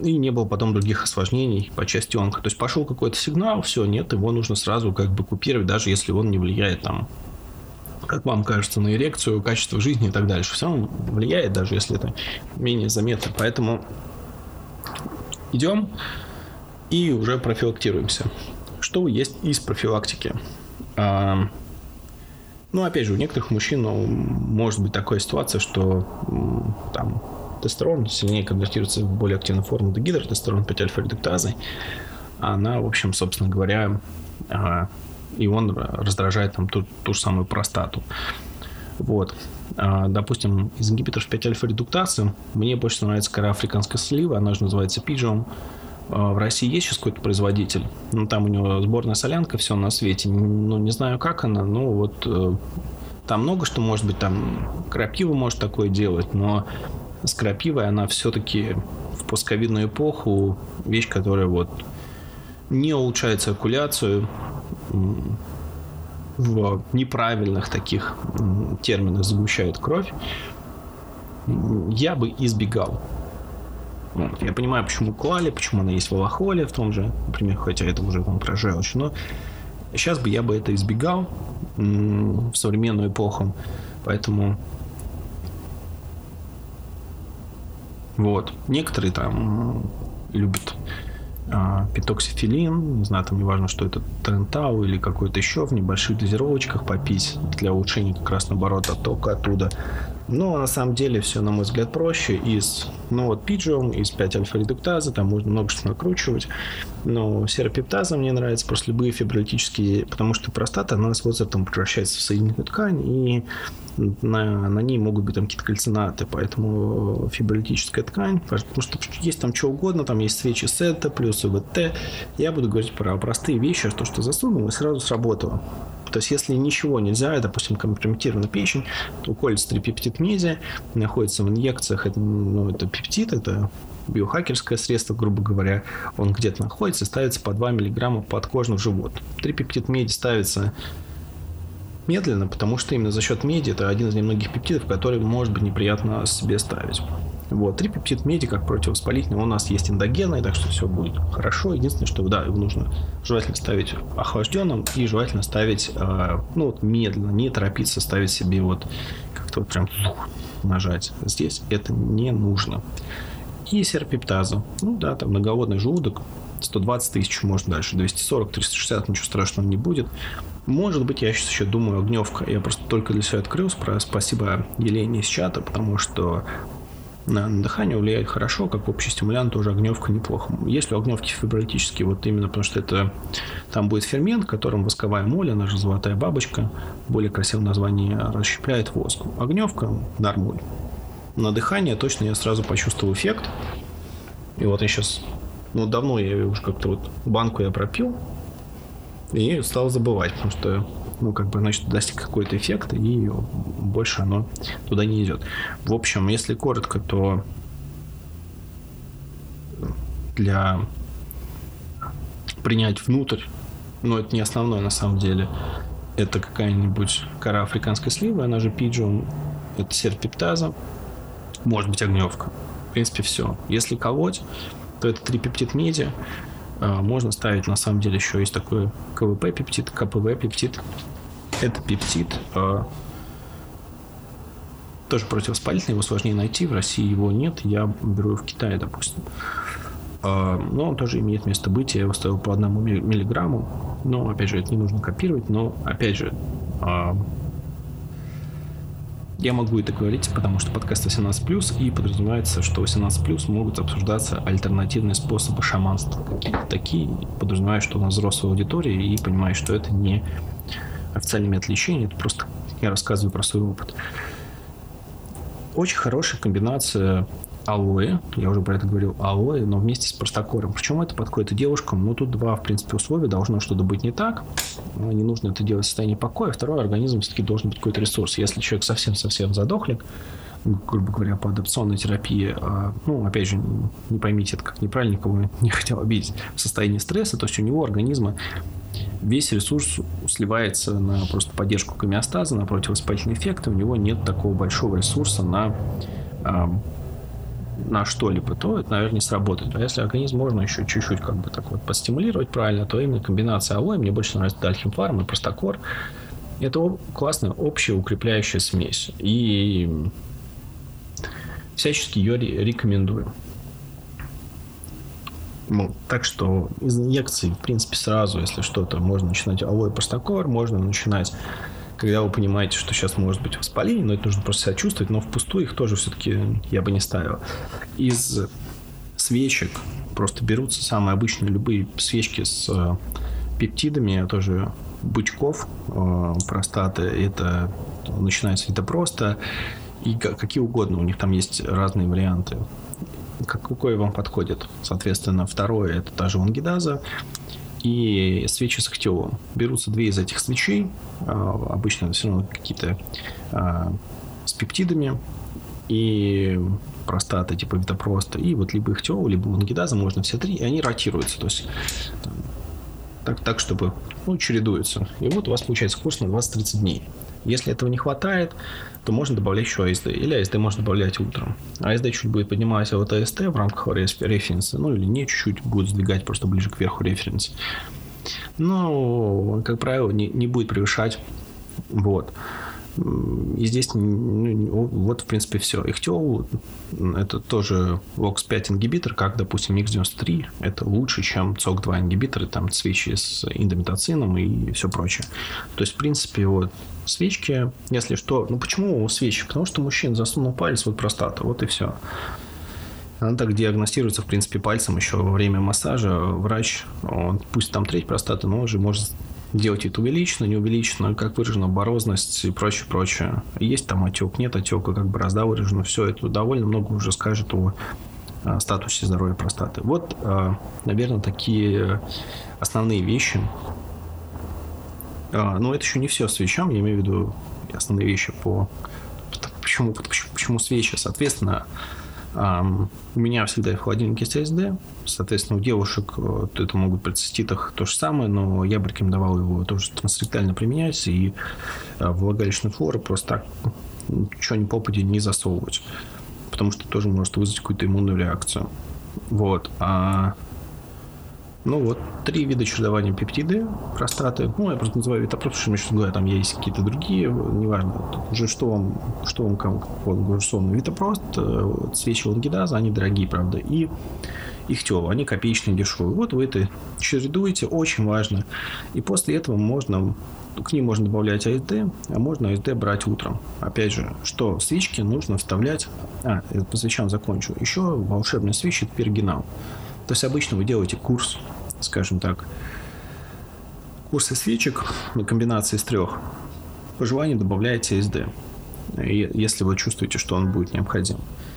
и не было потом других осложнений по части онко. То есть пошел какой-то сигнал, все, нет, его нужно сразу как бы купировать, даже если он не влияет там, как вам кажется, на эрекцию, качество жизни и так дальше. Все равно влияет, даже если это менее заметно. Поэтому идем и уже профилактируемся. Что есть из профилактики? А, ну, опять же, у некоторых мужчин ну, может быть такая ситуация, что там тестостерон сильнее конвертируется в более активную форму дегидротестерон пять альфа-редуктазой. Она, в общем, собственно говоря, и он раздражает там ту, ту же самую простату. Вот. Допустим, из ингибиторов пять альфа-редуктазы мне больше нравится кора африканской сливы, она же называется Pygeum. В России есть сейчас какой-то производитель, ну, там у него сборная солянка, все на свете, ну, не знаю, как она, но вот там много что может быть, там крапива может такое делать, но с крапивой она все-таки в постковидную эпоху вещь, которая вот не улучшает циркуляцию, в неправильных таких терминах сгущает кровь, я бы избегал. Вот. Я понимаю, почему клали, почему она есть в алахоле в том же, например, хотя это уже там про желчь, но сейчас бы я бы это избегал в современную эпоху, поэтому вот. Некоторые там любят а, петоксифилин, не знаю, там неважно, что это трентау или какой-то еще в небольших дозировочках попить для улучшения как раз наоборот оттока оттуда. Но на самом деле все, на мой взгляд, проще. Из, ну вот, Pygeum, из пять альфа-редуктазы, там можно много что накручивать. Но серопептаза мне нравится, просто любые фибролитические, потому что простата, она с возрастом превращается в соединительную ткань, и на, на ней могут быть там какие-то кальцинаты, поэтому фибролитическая ткань, потому что есть там что угодно, там есть свечи СЭТА, плюс ИВТ. Я буду говорить про простые вещи, то, что засунул и сразу сработало. То есть, если ничего нельзя, допустим, компрометирована печень, то уколется трипептид медиа, находится в инъекциях, это, ну, это пептид, это биохакерское средство, грубо говоря, он где-то находится, ставится по два миллиграмма подкожно в живот. Трипептид меди ставится медленно, потому что именно за счет меди это один из немногих пептидов, который может быть неприятно себе ставить. Вот. Трипептид меди, как противовоспалительный, у нас есть эндогенный, так что все будет хорошо. Единственное, что да, его нужно желательно ставить охлажденным и желательно ставить э, ну, вот медленно, не торопиться ставить себе вот как-то вот прям нажать. Здесь это не нужно. И серопептаза. Ну да, там многоводный желудок, сто двадцать тысяч, может дальше, двести сорок - триста шестьдесят, ничего страшного не будет. Может быть, я сейчас еще думаю, огневка. Я просто только для себя открыл. Спасибо Елене из чата, потому что на дыхание влияет хорошо, как общий стимулянт, тоже огневка неплохо. Если у огневки фибролитические, вот именно потому что это там будет фермент, которым восковая моль, она же золотая бабочка, более красивое название, расщепляет воск. Огневка нормуль. На дыхание точно я сразу почувствовал эффект. И вот я сейчас, ну давно я уже как-то вот банку я пропил и стал забывать, потому что ну, как бы, значит, достиг какой-то эффект, и больше оно туда не идет. В общем, если коротко, то для принять внутрь, но это не основное на самом деле, это какая-нибудь кора африканской сливы, она же Pygeum, это серопептаза, может быть огневка. В принципе, все. Если колоть, то это трипептид меди. Можно ставить, на самом деле, еще есть такой КВП-пептид, КПВ-пептид. Это пептид. Тоже противовоспалительный, его сложнее найти. В России его нет. Я беру его в Китае, допустим. Но он тоже имеет место быть. Я его ставил по одному миллиграмму. Но, опять же, это не нужно копировать. Но, опять же, я могу это говорить, потому что подкаст восемнадцать плюс, и подразумевается, что восемнадцать плюс могут обсуждаться альтернативные способы шаманства. Такие, подразумеваю, что у нас взрослая аудитория, и понимаю, что это не официальный метод лечения, это просто я рассказываю про свой опыт. Очень хорошая комбинация алоэ, я уже про это говорил, алоэ, но вместе с простакором. Причем это подходит и девушкам. Ну, тут два, в принципе, условия. Должно что-то быть не так. Не нужно это делать в состоянии покоя. Второй, организм все-таки должен быть какой-то ресурс. Если человек совсем-совсем задохлик, грубо говоря, по адаптационной терапии, ну, опять же, не поймите это как неправильно, никого не хотел обидеть, в состоянии стресса, то есть у него организма весь ресурс сливается на просто поддержку гомеостаза, на противовоспалительные эффекты. У него нет такого большого ресурса на на что-либо, то это, наверное, не сработает. А если организм можно еще чуть-чуть как бы так вот постимулировать правильно, то именно комбинация алоэ, мне больше нравится Дальхимфарм и Простакор. Это классная общая укрепляющая смесь. И всячески ее рекомендую. Ну, так что из инъекций, в принципе, сразу, если что-то, можно начинать алоэ Простакор, можно начинать, когда вы понимаете, что сейчас может быть воспаление, но это нужно просто себя чувствовать, но впустую их тоже все-таки я бы не ставил. Из свечек просто берутся самые обычные любые свечки с э, пептидами, тоже бычков, э, простаты, это начинается Витапроста и какие угодно, у них там есть разные варианты. Какой вам подходит. Соответственно, второе это та же лангидаза и свечи с актиолом. Берутся две из этих свечей, обычно все равно какие-то с пептидами и простаты типа Витапроста, и вот либо актиол, либо лангидаза, можно все три, и они ротируются, то есть так, так чтобы, ну, чередуются. И вот у вас получается курс на двадцать-тридцать дней. Если этого не хватает, то можно добавлять еще эй эс дэ. Или эй эс дэ можно добавлять утром. эй эс дэ чуть будет поднимать, а вот эй эс тэ в рамках референса, ну или не, чуть-чуть будет сдвигать просто ближе к верху референс. Но, как правило, не, не будет превышать. Вот. И здесь, ну, вот, в принципе, все. Ихтиол – это тоже локс пять ингибитор, как, допустим, икс девяносто три. Это лучше, чем цок два ингибиторы, там свечи с индомитоцином и все прочее. То есть, в принципе, вот свечки, если что... Ну, почему свечи? Потому что мужчина засунул палец в простату, вот и все. Она так диагностируется, в принципе, пальцем еще во время массажа. Врач, он, пусть там треть простаты, но уже может делать это увеличенно, не увеличенно, как выражена борозность и прочее, прочее. Есть там отек, нет отека, как борозда выражена. Все это довольно много уже скажет о, о статусе здоровья простаты. Вот, наверное, такие основные вещи. Но это еще не все свечам, я имею в виду основные вещи по... Почему, почему, почему свечи? Соответственно, Um, у меня всегда в холодильнике есть эй эс дэ. Соответственно, у девушек это могут при циститах то же самое, но я бы рекомендовал его тоже трансректально применять и uh, влагалищную флору просто так ничего не попади не засовывать, потому что тоже может вызвать какую-то иммунную реакцию. Вот. А... Ну вот, три вида чередования пептиды, простаты. Ну, я просто называю Витапрост, потому что, говоря, там есть какие-то другие, неважно. Тут уже что вам, что вам, как он, условно, Витапрост, свечи лангидаза, они дорогие, правда, и ихтиол, они копеечные, дешевые. Вот вы это чередуете, очень важно. И после этого можно, к ним можно добавлять эй эс дэ, а можно эй эс дэ брать утром. Опять же, что свечки нужно вставлять... А, по свечам закончу. Еще волшебные свечи – это пирогенал. То есть обычно вы делаете курс, скажем так, курсы свечек, комбинации из трех. По желанию добавляете эй эс дэ, если вы чувствуете, что он будет необходим.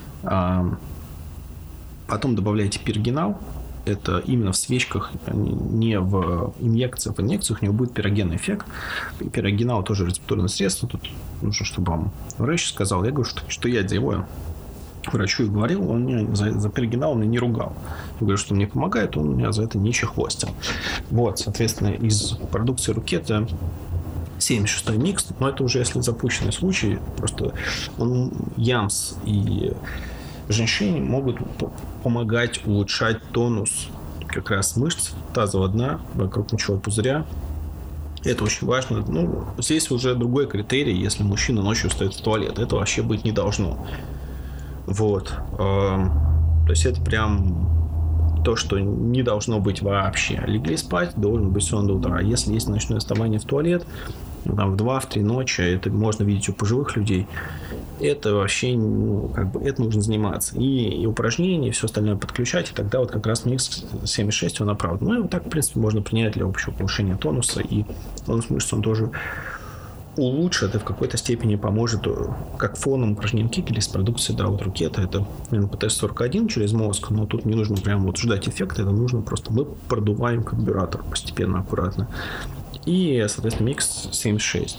Потом добавляете пирогенал. Это именно в свечках, не в инъекциях. В инъекциях у него будет пирогенный эффект. Пирогенал тоже рецептурное средство. Тут нужно, чтобы вам врач сказал. Я говорю, что, что я делаю. Врачу и говорил, он меня за, за пирогенал меня не ругал. Я говорю, что мне помогает, он меня за это не чехвостил. Вот, соответственно, из продукции Рукета семьдесят шестой микс, но это уже если запущенный случай, просто он, ямс и женщине могут помогать улучшать тонус как раз мышц тазового дна вокруг мочевого пузыря. Это очень важно. Ну, здесь уже другой критерий, если мужчина ночью встает в туалет. Это вообще быть не должно. Вот. То есть это прям то, что не должно быть вообще. Легли спать, должен быть сон до утра. Если есть ночное вставание в туалет, там в два-три ночи, это можно видеть у пожилых людей, это вообще, ну, как бы, это нужно заниматься. И, и упражнения, и все остальное подключать, и тогда вот как раз микс семьдесят шесть, он оправдан. Ну, и вот так, в принципе, можно принять для общего повышения тонуса, и тонус мышц, он тоже улучшит и в какой-то степени поможет, как фоном упражнений Кегеля из продукции да, от Рукета. Это эн пэ тэ сорок один через мозг, но тут не нужно прям вот ждать эффекта, это нужно просто мы продуваем карбюратор постепенно, аккуратно. И, соответственно, микс семьдесят шесть.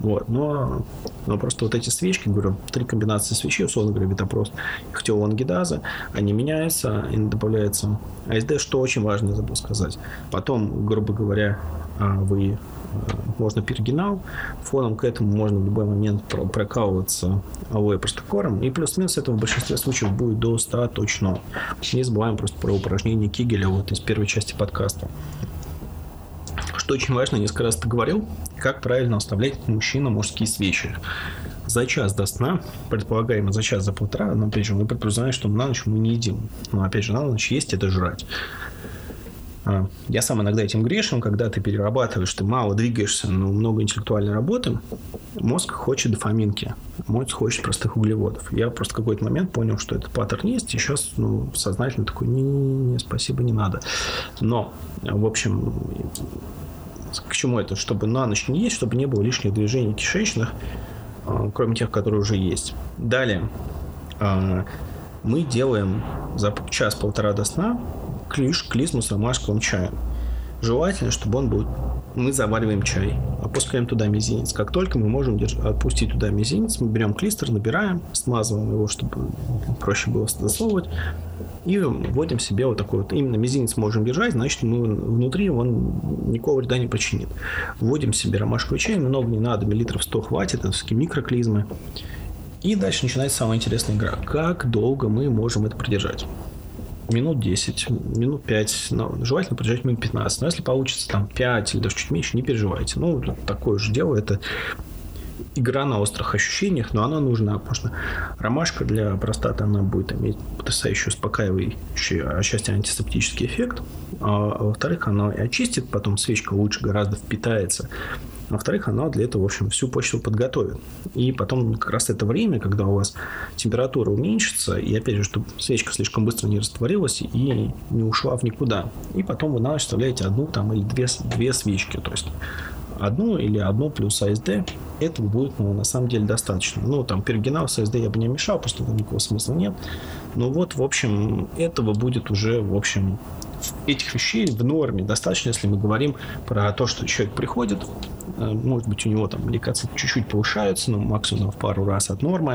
Вот. Но, но просто вот эти свечки, говорю, три комбинации свечей, условно говоря, витопрост, хтиол, ангидаза, они меняются, и добавляется эй эс ди, что очень важно, забыл сказать. Потом, грубо говоря, вы можно пирогенал, фоном к этому можно в любой момент прокалываться алоэ простокором, и плюс-минус этого в большинстве случаев будет до ста точно. Не забываем просто про упражнение Кигеля вот из первой части подкаста. Что очень важно, несколько раз ты говорил, как правильно оставлять мужчинам мужские свечи. За час до сна, предполагаемо за час, за полтора, но опять же мы предполагаем, что на ночь мы не едим. Но опять же на ночь есть это жрать. Я сам иногда этим грешен, когда ты перерабатываешь, ты мало двигаешься, но много интеллектуальной работы, мозг хочет дофаминки, мозг хочет простых углеводов. Я просто в какой-то момент понял, что этот паттерн есть, и сейчас ну, сознательно такой, не-не-не, спасибо, не надо. Но, в общем, к чему это? Чтобы на ночь не есть, чтобы не было лишних движений кишечных, кроме тех, которые уже есть. Далее, мы делаем за час-полтора до сна клиш, клизму с ромашковым чаем. Желательно, чтобы он был... Мы завариваем чай, опускаем туда мизинец. Как только мы можем держ... отпустить туда мизинец, мы берем клистер, набираем, смазываем его, чтобы проще было засовывать, и вводим себе вот такой вот... Именно мизинец можем держать, значит, мы внутри он никакого вреда не причинит. Вводим себе ромашковый чай, много не надо, миллилитров сто хватит, это такие микроклизмы. И дальше начинается самая интересная игра. Как долго мы можем это продержать? Минут десять, минут пять, но желательно продержать минут пятнадцать. Но если получится там пять или даже чуть меньше, не переживайте. Ну, такое же дело, это игра на острых ощущениях, но она нужна, потому что ромашка для простаты, она будет иметь потрясающий успокаивающий, отчасти антисептический эффект. А во-вторых, она и очистит, потом свечка лучше гораздо впитается. Во-вторых, она для этого, в общем, всю почву подготовит. И потом как раз это время, когда у вас температура уменьшится, и опять же, чтобы свечка слишком быстро не растворилась и не ушла в никуда. И потом вы на ночь вставляете одну там, или две, две свечки. То есть одну или одну плюс эй эс ди. Этого будет, ну, на самом деле достаточно. Ну, там, пирогенал с эй эс ди я бы не мешал, просто там никакого смысла нет. Но вот, в общем, этого будет уже, в общем, этих вещей в норме достаточно, если мы говорим про то, что человек приходит, может быть, у него там лейкоциты чуть-чуть повышаются, но максимум в пару раз от нормы.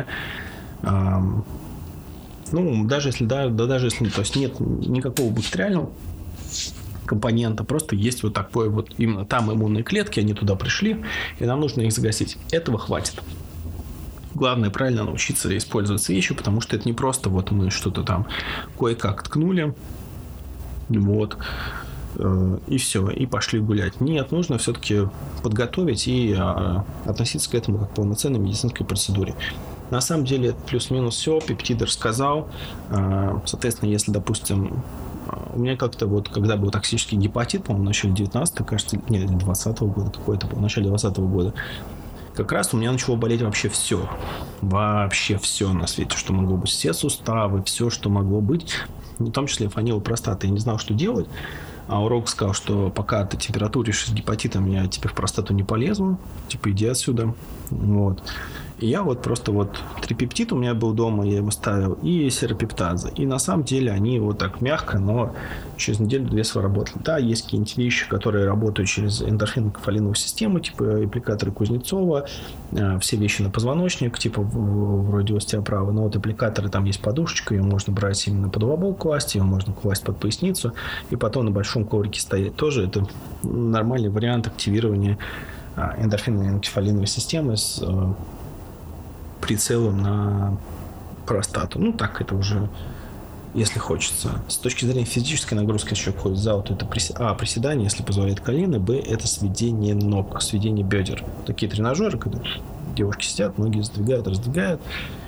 Ну, даже если, да, да, даже если, то есть нет никакого бактериального компонента, просто есть вот такой вот, именно там иммунные клетки, они туда пришли, и нам нужно их загасить. Этого хватит. Главное правильно научиться использовать свечи, потому что это не просто вот мы что-то там кое-как ткнули, вот, и все, и пошли гулять. Нет, нужно все-таки подготовить и относиться к этому как к полноценной медицинской процедуре. На самом деле, плюс-минус все, пептид рассказал. Соответственно, если, допустим, у меня как-то вот, когда был токсический гепатит, по-моему, в начале девятнадцатого, кажется, нет, двадцатого года какой-то, в начале двадцатого года, как раз у меня начало болеть вообще все. Вообще все на свете, что могло быть. Все суставы, все, что могло быть. В том числе фанила простаты. Я не знал, что делать. А урок сказал, что пока ты температуришь с гепатитом, я тебе в простату не полезу. Типа, иди отсюда. Вот. И я вот просто вот трипептид у меня был дома, я его ставил, и серопептаза. И на самом деле они вот так мягко, но через неделю-две сработали. Да, есть какие-нибудь вещи, которые работают через эндорфинно-кафалиновую систему, типа аппликаторы Кузнецова, все вещи на позвоночник, типа вроде остеоправа. Но вот аппликаторы, там есть подушечка, ее можно брать именно под лобок класть, ее можно класть под поясницу, и потом на большом коврике стоять. Тоже это нормальный вариант активирования эндорфинно-кафалиновой системы с прицелом на простату. Ну, так это уже, если хочется. С точки зрения физической нагрузки, если человек ходит в зал, то это прис... а, приседание, если позволяет колено, б, это сведение ног, сведение бедер. Такие тренажеры, когда девушки сидят, ноги сдвигают, раздвигают.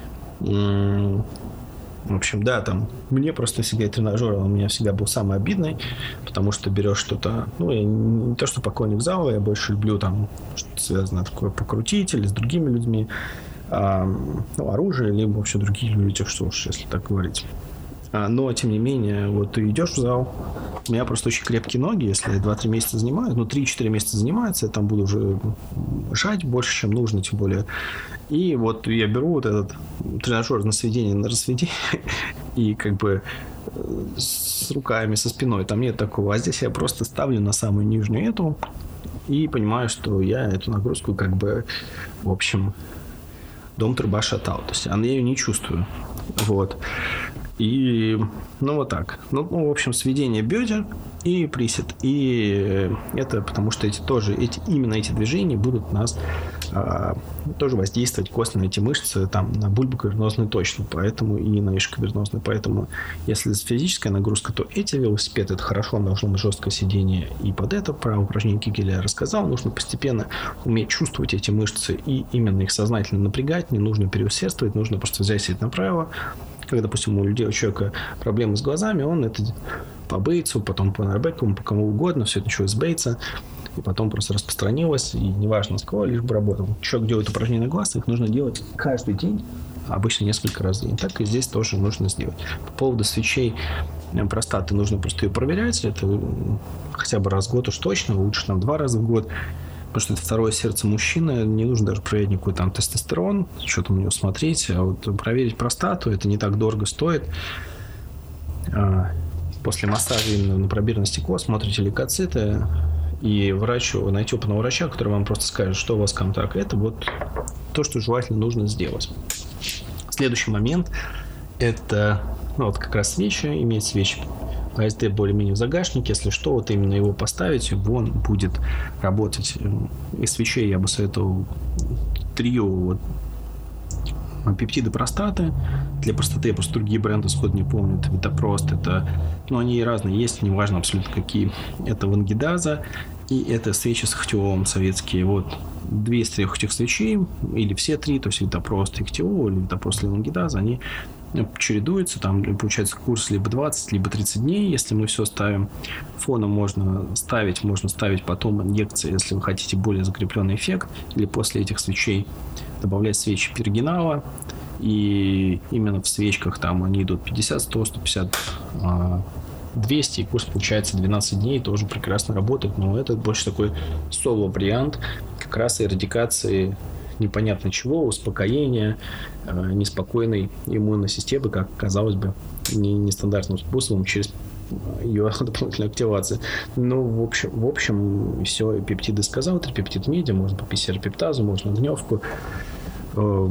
В общем, да, там, мне просто всегда тренажер, он у меня всегда был самый обидный, потому что берешь что-то, ну, я не то, что поклонник зала, я больше люблю там что-то связанное такое покрутить или с другими людьми. А, ну, оружие, либо вообще другие люди, что уж, если так говорить. А, но, тем не менее, вот ты идешь в зал, у меня просто очень крепкие ноги, если я два-три месяца занимаюсь, ну, три-четыре месяца занимается, я там буду уже жать больше, чем нужно, тем более. И вот я беру вот этот тренажер на сведение, на рассведение, и как бы с руками, со спиной, там нет такого. А здесь я просто ставлю на самую нижнюю эту, и понимаю, что я эту нагрузку как бы, в общем, дом труба шатал. То есть я ее не чувствую. Вот. И, ну, вот так. Ну, в общем, сведение бедер и присед. И это потому что эти тоже, эти, именно эти движения будут нас а, тоже воздействовать косвенно на эти мышцы, там, на бульбу кавернозную точно, поэтому и на вишку кавернозную. Поэтому, если физическая нагрузка, то эти велосипеды, это хорошо, должно быть жесткое сидение. И под это про упражнение Кегеля я рассказал. Нужно постепенно уметь чувствовать эти мышцы и именно их сознательно напрягать. Не нужно переусердствовать, нужно просто взять сидеть направо. Когда, допустим, у людей, у человека проблемы с глазами, он это по Бейтсу, потом по Нарбекову, по кому угодно, все это началось с Бейтса, и потом просто распространилось, и неважно с кого, лишь бы работал. Человек делает упражнения на глаз, их нужно делать каждый день, обычно несколько раз в день. Так и здесь тоже нужно сделать. По поводу свечей простаты нужно просто ее проверять, это хотя бы раз в год уж точно, лучше там два раза в год. Потому что это второе сердце мужчины, не нужно даже проверять никакой там тестостерон, что там у него смотреть. А вот проверить простату, это не так дорого стоит. После массажа именно на пробирное стекло смотрите лейкоциты, и врачу, найти опытного врача, который вам просто скажет, что у вас контакт. Это вот то, что желательно нужно сделать. Следующий момент – это ну, вот как раз свечи, иметь свечи а эс ди более-менее в загашнике, если что, вот именно его поставить, он будет работать. Из свечей я бы советовал трио вот, пептиды простаты. Для простоты я просто другие бренды сходу не помню. Это Витапрост, это... Ну, они разные есть, неважно абсолютно какие. Это Вангидаза и это свечи с ихтиолом советские. Вот две из трех этих свечей, или все три, то есть Витапрост, ихтиол, или Витапрост, или Вангидаза, они чередуются, там получается курс либо двадцать, либо тридцать дней, если мы все ставим. Фоном можно ставить, можно ставить потом инъекции, если вы хотите более закрепленный эффект, или после этих свечей добавлять свечи пирогенала, и именно в свечках там они идут пятьдесят, сто, сто пятьдесят, двести, и курс получается двенадцать дней, тоже прекрасно работает, но это больше такой соло-вариант как раз эрадикации непонятно чего, успокоения, э, неспокойной иммунной системы, как казалось бы, не, нестандартным способом через ее дополнительную активацию. Ну, в общем, в общем, все, пептиды сказал, трипептид медиа, можно по пи си ар-пептазу, можно гневку. Э,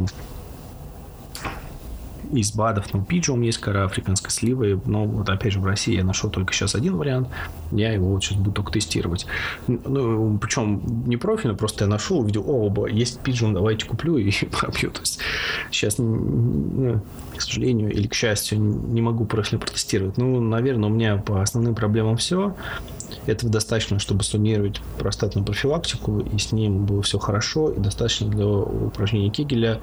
из БАДов, ну, пиджиум есть, кора африканской сливы, но вот опять же в России я нашел только сейчас один вариант, я его вот сейчас буду только тестировать. Ну, причем не профильно, просто я нашел, увидел, о, есть пиджиум, давайте куплю и пробью. То есть сейчас, ну, к сожалению или к счастью, не могу профильно протестировать. Ну, наверное, у меня по основным проблемам все. Этого достаточно, чтобы суммировать простатную профилактику, и с ним было все хорошо, и достаточно для упражнений Кегеля.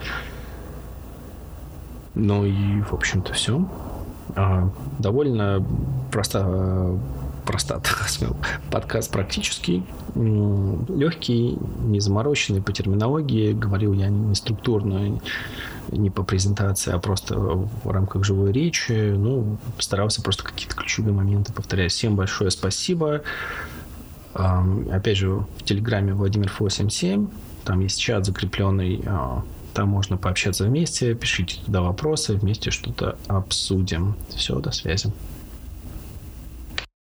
Ну и, в общем-то, все. А, довольно просто, просто подкаст практический, легкий, не замороченный по терминологии. Говорил я не структурно, не по презентации, а просто в рамках живой речи. Ну, постарался просто какие-то ключевые моменты повторять. Всем большое спасибо. А, опять же, в Телеграме Владимир Фо семьдесят семь. Там есть чат закрепленный. Там можно пообщаться вместе, пишите туда вопросы, вместе что-то обсудим. Все, до связи.